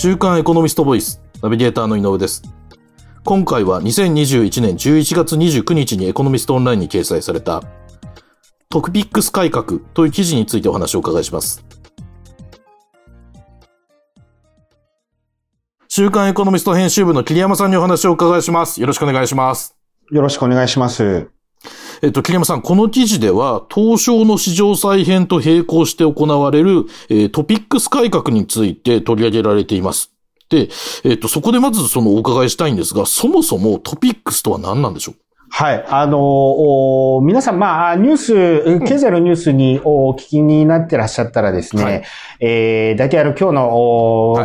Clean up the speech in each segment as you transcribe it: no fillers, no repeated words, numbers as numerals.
週刊エコノミストボイスナビゲーターの井上です。今回は2021年11月29日にエコノミストオンラインに掲載されたトピックス改革という記事についてお話をお伺いします。週刊エコノミスト編集部の桐山さんにお話をお伺いします。よろしくお願いします。 よろしくお願いします。 桐山さん、この記事では東証の市場再編と並行して行われる、トピックス改革について取り上げられています。で、そこでまずお伺いしたいんですが、そもそもトピックスとは何なんでしょう？ はい。皆さん、ニュース、経済のニュースにお聞きになってらっしゃったらですね、はい、大体今日の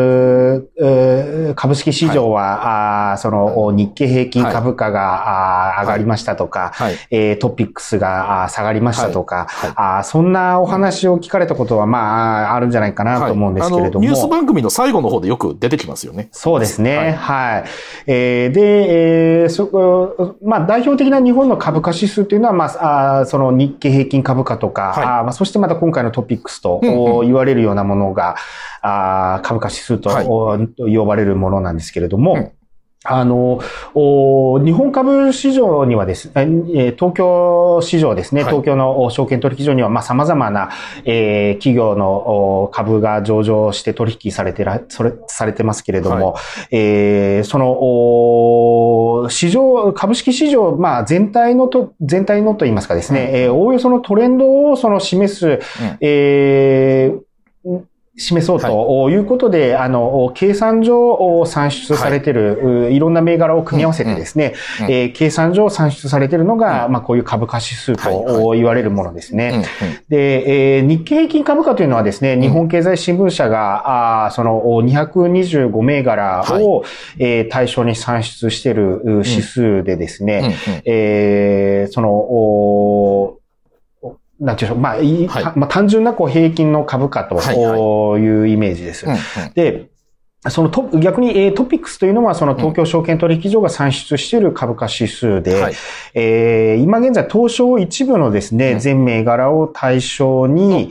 株式市場は、日経平均株価が上がりましたとか、トピックスが下がりましたとか、そんなお話を聞かれたことは、あるんじゃないかなと思うんですけれども。 ニュース番組の最後の方でよく出てきますよね。 そうですね。はい。代表的な日本の株価指数というのは、その日経平均株価とか、そしてまた今回のトピックスと言われるようなものが、株価指数と呼ばれるものなんですけれども、日本株市場にはですね、東京市場ですね、東京の証券取引所には、様々な、企業の株が上場して取引されてますけれども、株式市場、全体のと言いますかですね、おおよそのトレンドを示そうということで、計算上算出されている、いろんな銘柄を組み合わせてですね、計算上算出されているのが、こういう株価指数と言われるものですね。で、日経平均株価というのはですね、日本経済新聞社が、225銘柄を、対象に算出している指数でですね、なんていうんでしょう。単純な平均の株価というイメージです。で、逆にトピックスというのは東京証券取引所が算出している株価指数で、今現在東証一部のですね、全銘柄を対象に、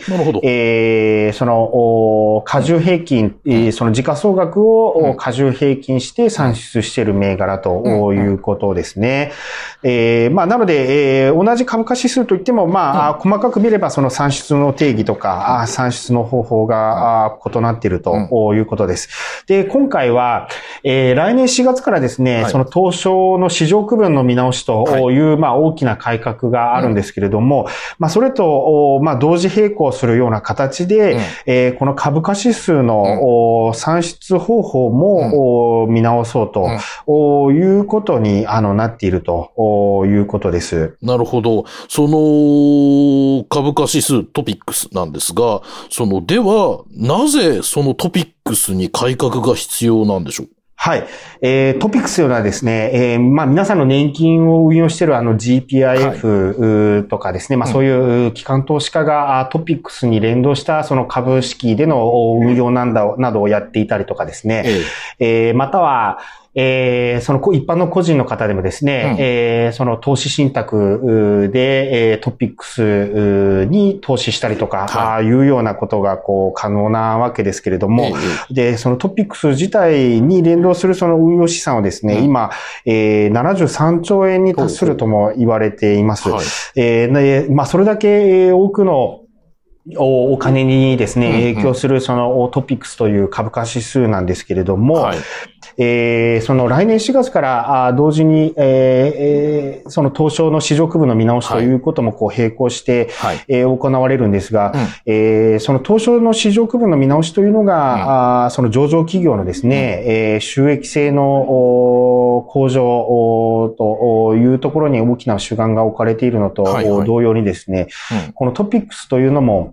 加重平均、時価総額を加重平均して算出している銘柄ということですね。なので、同じ株価指数といっても、細かく見れば算出の定義とか、算出の方法が異なっているということです。で、今回は、来年4月からですね、東証の市場区分の見直しという、大きな改革があるんですけれども、それと、同時並行するような形で、この株価指数の、算出方法も、見直そうということになっているということです。 なるほど。株価指数トピックスなんですが、では、なぜトピックスに改革が必要なんでしょう？ はい。トピックスというのはですね、皆さんの年金を運用しているGPIF とかですね、そういう機関投資家がトピックスに連動した株式での運用などをやっていたりとかですね、または、一般の個人の方でもですね、投資信託で、トピックスに投資したりとか、いうようなことが可能なわけですけれども、で、トピックス自体に連動する運用資産はですね、今、73兆円に達するとも言われています。それだけ多くのお金にですね、影響するトピックスという株価指数なんですけれども、来年4月から同時に、東証の市場区分の見直しということも並行して、行われるんですが、東証の市場区分の見直しというのが、上場企業のですね、収益性の向上というところに大きな主眼が置かれているのと同様にですね、このトピックスというのも、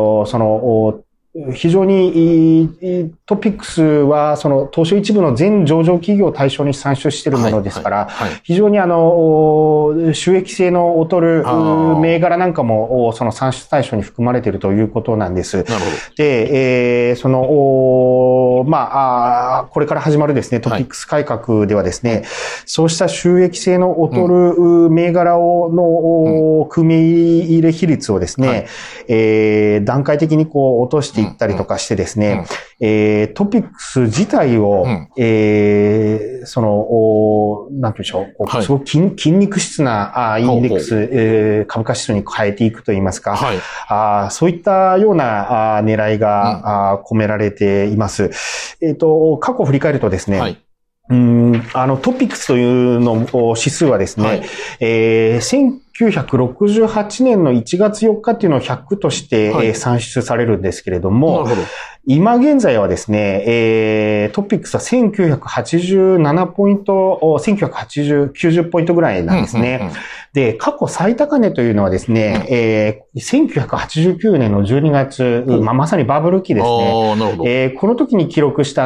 非常にトピックスは東証一部の全上場企業を対象に算出しているものですから、非常に収益性の劣る銘柄なんかも算出対象に含まれているということなんです。なるほど。で、これから始まるですね、トピックス改革ではですね、そうした収益性の劣る銘柄の組み入れ比率をですね、段階的に落としていったりとかしてですね、トピックス自体を、なんていうんでしょう、すごく筋肉質なインデックス、株価指数に変えていくといいますか、そういったような狙いが込められています。過去を振り返るとですね、トピックスというの指数はですね、1968年の1月4日っていうのを100として算出されるんですけれども、今現在はですね、トピックスは1987ポイント、90ポイントぐらいなんですね。で、過去最高値というのはですね、1989年の12月、まさにバブル期ですね。この時に記録した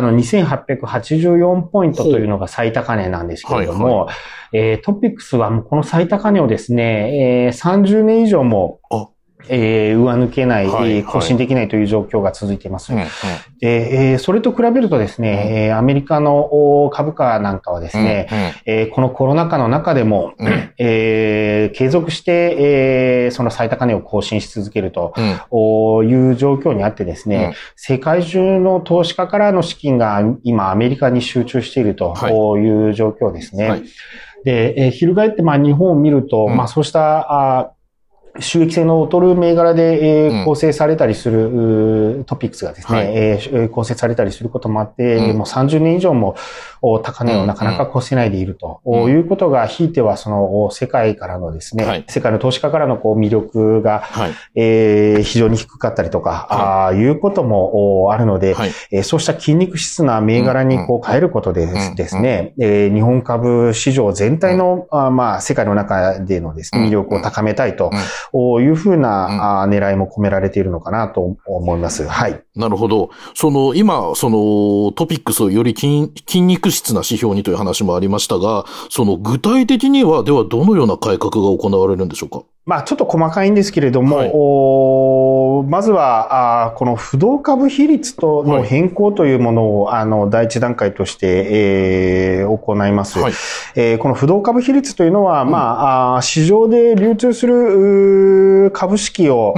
2884ポイントというのが最高値なんですけれども、トピックスはもうこの最高値をですね、30年以上も上抜けない、更新できないという状況が続いています。それと比べるとですね、アメリカの株価なんかはですね、このコロナ禍の中でも、継続して、その最高値を更新し続けるという状況にあってですね、世界中の投資家からの資金が今アメリカに集中しているという状況ですね。で、翻って日本を見ると、そうした収益性の劣る銘柄で、構成されたりするトピックスがですね、構成されたりすることもあって、もう30年以上も高値をなかなか越せないでいるということが、ひいてはその世界からのですね、世界の投資家からの魅力が、非常に低かったりとか、いうこともあるので、そうした筋肉質な銘柄に変えることでですね、日本株市場全体の、世界の中でのですね、魅力を高めたいというふうな狙いも込められているのかなと思います。 なるほど。今、トピックスをより筋肉質な指標にという話もありましたが、具体的には、ではどのような改革が行われるんでしょうか？ ちょっと細かいんですけれども、まずは、この不動株比率との変更というものを、第一段階として、行います。この不動株比率というのは、市場で流通する株式を、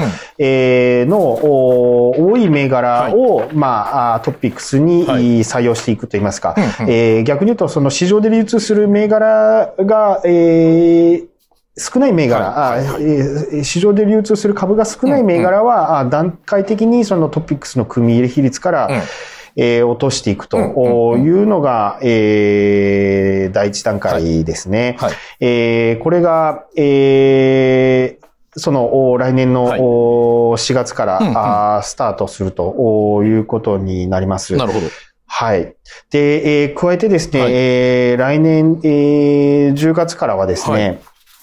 多い銘柄を、トピックスに採用していくといいますか、逆に言うと、その市場で流通する銘柄が、少ない銘柄、市場で流通する株が少ない銘柄は、段階的にそのトピックスの組み入れ比率から、落としていくというのが、第一段階ですね。これが、その来年の4月からスタートするということになります。 なるほど。 で、加えてですね、来年、10月からはですね、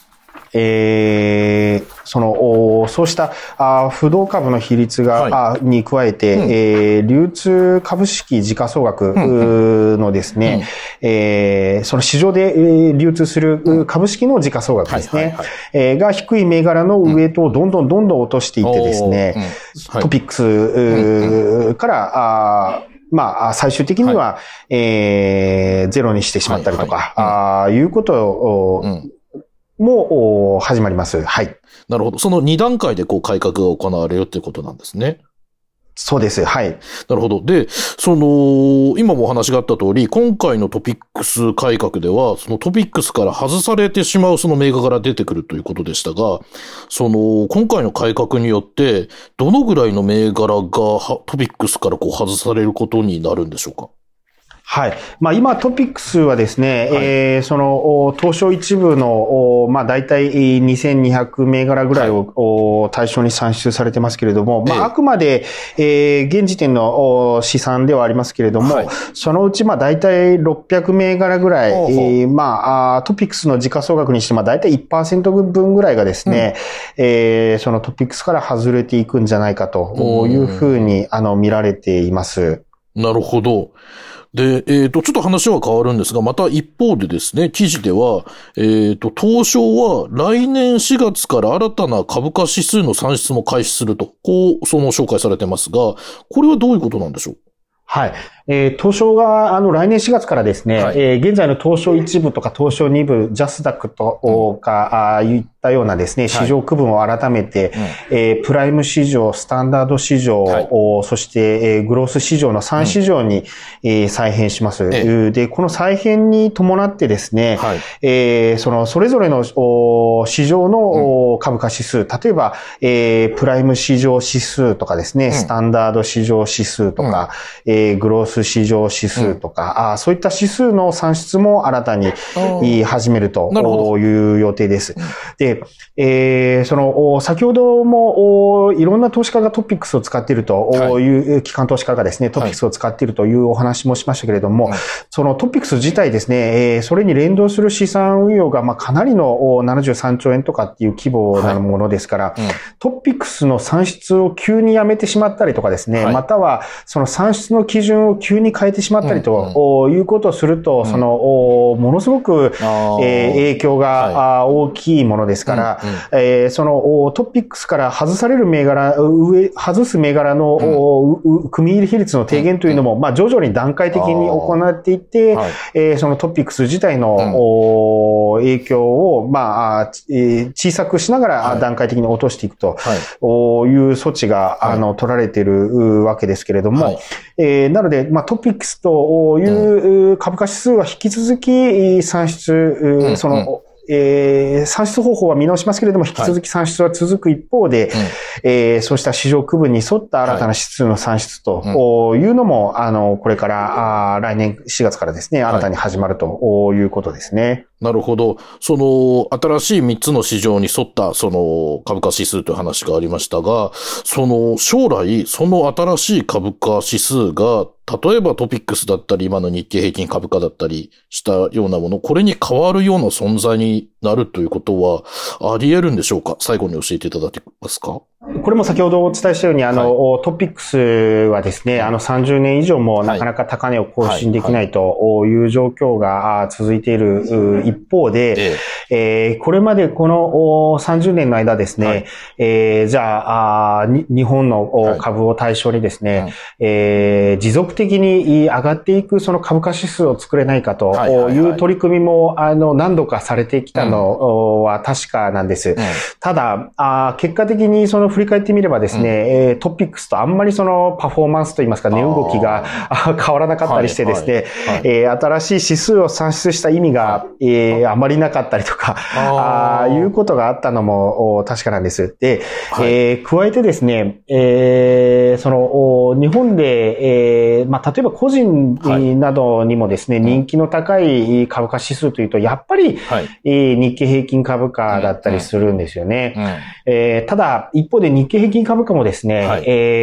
そうした不動株の比率が、に加えて、流通株式時価総額のですね、その市場で流通する株式の時価総額ですね、が低い銘柄のウエイトをどんどん落としていってですね、トピックスから最終的には、ゼロにしてしまったりとか、いうことを、も始まります。 なるほど。その2段階で改革が行われるということなんですね。 そうです。なるほど。で、今もお話があった通り、今回のトピックス改革では、そのトピックスから外されてしまうその銘柄が出てくるということでしたが、今回の改革によって、どのぐらいの銘柄がトピックスから外されることになるんでしょうか？ 今トピックスはですね、その東証一部のだいたい2200銘柄ぐらいを対象に算出されてますけれども、あくまで現時点の試算ではありますけれども、そのうちだいたい600銘柄ぐらい、トピックスの時価総額にしてだいたい 1% 分ぐらいがですね、そのトピックスから外れていくんじゃないかというふうに見られています。 なるほど。で、ちょっと話は変わるんですが、また一方でですね、記事では、東証は来年4月から新たな株価指数の算出も開始すると、その紹介されてますが、これはどういうことなんでしょう？ はい。東証が、来年4月からですね、現在の東証1部とか東証2部、ジャスダックとか、いったようなですね、市場区分を改めて、プライム市場、スタンダード市場、そして、グロース市場の3市場に、再編します。で、この再編に伴ってですね、それぞれの市場の株価指数、例えば、プライム市場指数とかですね、スタンダード市場指数とか、グロース市場指数とか、そういった指数の算出も新たに始めるという予定です。で、先ほども、いろんな投資家がトピックスを使っているという、機関投資家がですね、トピックスを使っているというお話もしましたけれども、そのトピックス自体ですね、それに連動する資産運用が、かなりの73兆円とかっていう規模なものですから、トピックスの算出を急にやめてしまったりとかですね、または、その算出の基準を急に変えてしまったりということをすると、ものすごく影響が大きいものですから、トピックスから外される銘柄、外す銘柄の組入り比率の低減というのも、徐々に段階的に行っていって、そのトピックス自体の影響を、小さくしながら段階的に落としていくという措置が、取られているわけですけれども、なので、トピックスという株価指数は引き続き算出、算出方法は見直しますけれども、引き続き算出は続く一方で、そうした市場区分に沿った新たな指数の算出というのも、これから、来年4月からですね、新たに始まるということですね。 なるほど。新しい3つの市場に沿った、株価指数という話がありましたが、将来、その新しい株価指数が、例えばトピックスだったり、今の日経平均株価だったりしたようなもの、これに変わるような存在になるということは、あり得るんでしょうか？最後に教えていただけますか？ これも先ほどお伝えしたように、トピックスはですね、30年以上もなかなか高値を更新できないという状況が続いている一方で、これまでこの30年の間ですね、じゃあ、日本の株を対象にですね、持続的に上がっていくその株価指数を作れないかという取り組みも何度かされてきたのは確かなんです。ただ、結果的に振り返ってみればですね、トピックスとあんまりパフォーマンスといいますか、値動きが変わらなかったりしてですね、新しい指数を算出した意味が、あまりなかったりとか、いうことがあったのも確かなんです。で、加えてですね、日本で、例えば個人などにもですね、人気の高い株価指数というと、やっぱり、日経平均株価だったりするんですよね。ただ、一方で日経平均株価もですね、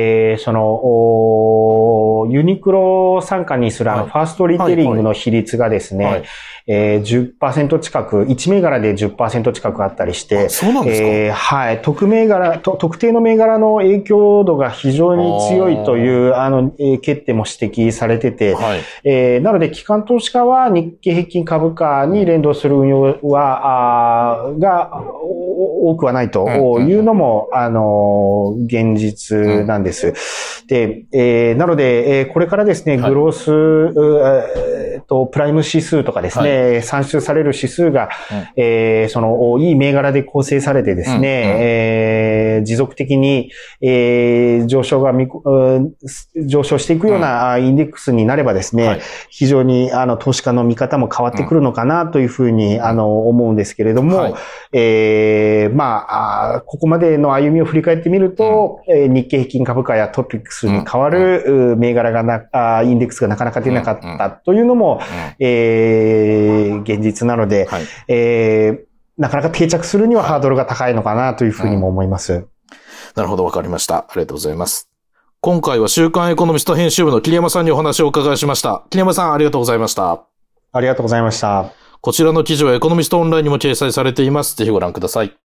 ユニクロ傘下にするファーストリテイリングの比率がですね、10% 近く、1銘柄で 10% 近くあったりして、 そうなんですか？ 特定の銘柄の影響度が非常に強いという、欠点も指摘されてて、なので、機関投資家は日経平均株価に連動する運用が多くはないというのも、現実なんです。で、なので、これからですね、グロース、プライム指数とかですね、算出される指数が、いい銘柄で構成されてですね、持続的に、上昇していくようなインデックスになればですね、非常に投資家の見方も変わってくるのかなというふうに思うんですけれども、ここまでの歩みを振り返ってみると、日経平均株価やトピックスに変わる銘柄がインデックスがなかなか出なかったというのも、現実なので、なかなか定着するにはハードルが高いのかなというふうにも思います。 なるほど、わかりました。ありがとうございます。今回は週刊エコノミスト編集部の桐山さんにお話をお伺いしました。桐山さん、ありがとうございました。 ありがとうございました。 こちらの記事はエコノミストオンラインにも掲載されています。ぜひご覧ください。